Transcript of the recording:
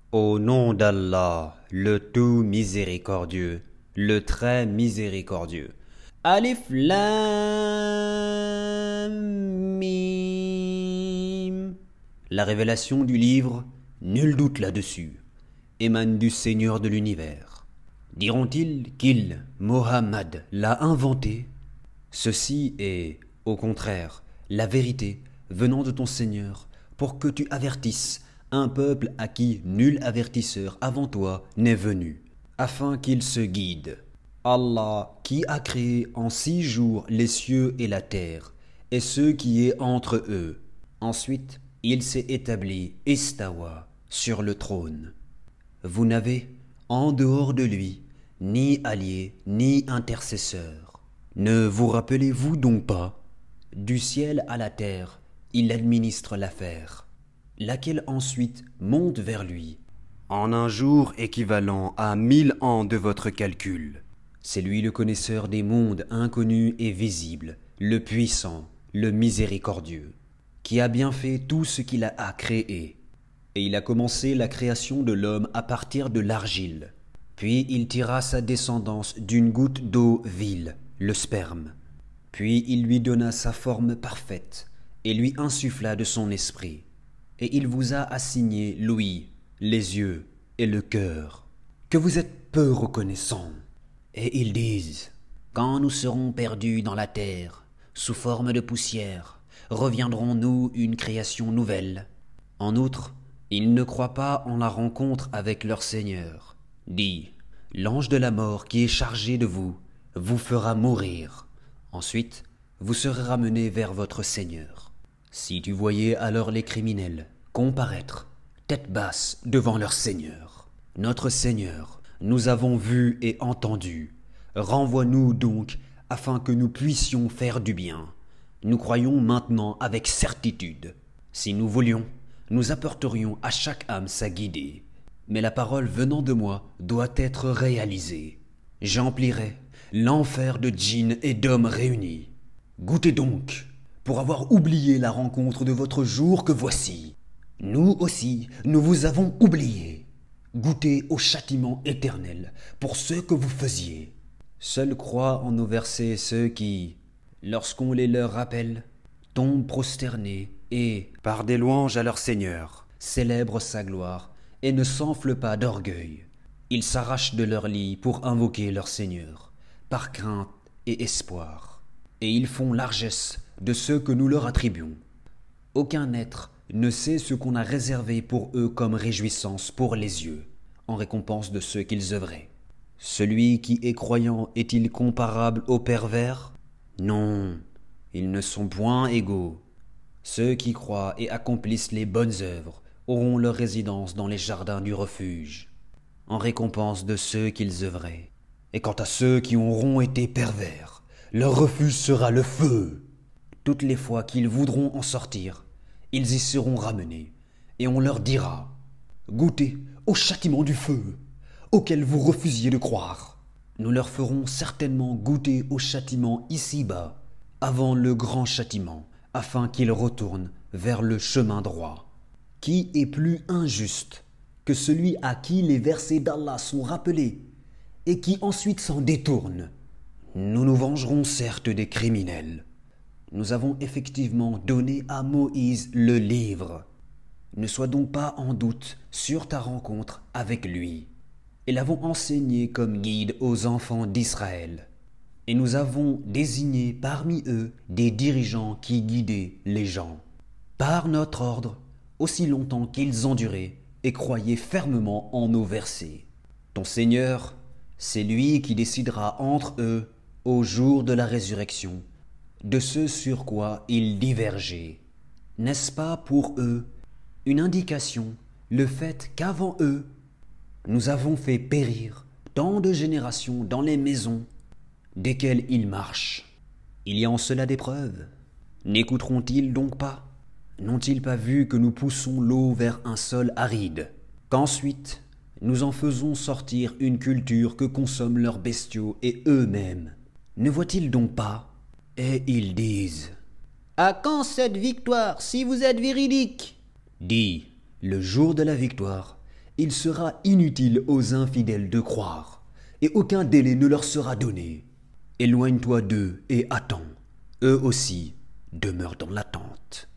Au nom d'Allah, le tout miséricordieux, le très miséricordieux. Alif Lam Mim. La révélation du livre, nul doute là-dessus, émane du Seigneur de l'univers. Diront-ils qu'il, Mohammed, l'a inventé? Ceci est, au contraire, la vérité venant de ton Seigneur, pour que tu avertisses un peuple à qui nul avertisseur avant toi n'est venu, afin qu'il se guide. Allah, qui a créé en 6 jours les cieux et la terre, et ce qui est entre eux. Ensuite, il s'est établi, Istawa, sur le trône. Vous n'avez, en dehors de lui, ni allié, ni intercesseur. Ne vous rappelez-vous donc pas? Du ciel à la terre, il administre l'affaire, laquelle ensuite monte vers lui, en un jour équivalent à 1000 ans de votre calcul. C'est lui le connaisseur des mondes inconnus et visibles, le puissant, le miséricordieux, qui a bien fait tout ce qu'il a créé. Et il a commencé la création de l'homme à partir de l'argile. Puis il tira sa descendance d'une goutte d'eau vile, le sperme. Puis il lui donna sa forme parfaite et lui insuffla de son esprit. Et il vous a assigné l'ouïe, les yeux et le cœur, que vous êtes peu reconnaissants. Et ils disent, quand nous serons perdus dans la terre, sous forme de poussière, reviendrons-nous une création nouvelle? En outre, ils ne croient pas en la rencontre avec leur Seigneur. Dis, l'ange de la mort qui est chargé de vous fera mourir. Ensuite, vous serez ramenés vers votre Seigneur. Si tu voyais alors les criminels comparaître, tête basse, devant leur Seigneur. Notre Seigneur, nous avons vu et entendu. Renvoie-nous donc, afin que nous puissions faire du bien. Nous croyons maintenant avec certitude. Si nous voulions, nous apporterions à chaque âme sa guidée. Mais la parole venant de moi doit être réalisée. J'emplirai l'enfer de djinns et d'hommes réunis. Goûtez donc, pour avoir oublié la rencontre de votre jour que voici. Nous aussi, nous vous avons oublié. Goûtez au châtiment éternel pour ce que vous faisiez. Seuls croient en nos versets ceux qui, lorsqu'on les leur rappelle, tombent prosternés et, par des louanges à leur Seigneur, célèbrent sa gloire et ne s'enflent pas d'orgueil. Ils s'arrachent de leur lit pour invoquer leur Seigneur, par crainte et espoir. Et ils font largesse de ce que nous leur attribuons. Aucun être ne sait ce qu'on a réservé pour eux comme réjouissance pour les yeux, en récompense de ce qu'ils œuvraient. Celui qui est croyant est-il comparable au pervers? Non, ils ne sont point égaux. Ceux qui croient et accomplissent les bonnes œuvres auront leur résidence dans les jardins du refuge, en récompense de ceux qu'ils œuvraient. Et quant à ceux qui auront été pervers, leur refuge sera le feu. Toutes les fois qu'ils voudront en sortir, ils y seront ramenés, et on leur dira, goûtez au châtiment du feu, auquel vous refusiez de croire. Nous leur ferons certainement goûter au châtiment ici-bas, avant le grand châtiment, afin qu'ils retournent vers le chemin droit. Qui est plus injuste que celui à qui les versets d'Allah sont rappelés, et qui ensuite s'en détourne? Nous nous vengerons certes des criminels. Nous avons effectivement donné à Moïse le livre. Ne sois donc pas en doute sur ta rencontre avec lui. Et l'avons enseigné comme guide aux enfants d'Israël. Et nous avons désigné parmi eux des dirigeants qui guidaient les gens, par notre ordre, aussi longtemps qu'ils enduraient et croyaient fermement en nos versets. Ton Seigneur, c'est lui qui décidera entre eux, au jour de la résurrection, de ce sur quoi ils divergeaient. N'est-ce pas pour eux une indication, le fait qu'avant eux, nous avons fait périr tant de générations dans les maisons desquelles ils marchent? Il y a en cela des preuves. N'écouteront-ils donc pas? N'ont-ils pas vu que nous poussons l'eau vers un sol aride, qu'ensuite nous en faisons sortir une culture que consomment leurs bestiaux et eux-mêmes? Ne voient-ils donc pas? Et ils disent, à quand cette victoire si vous êtes véridique? Dis, le jour de la victoire Il sera inutile aux infidèles de croire, et aucun délai ne leur sera donné. Éloigne-toi d'eux et attends. Eux aussi demeurent dans l'attente.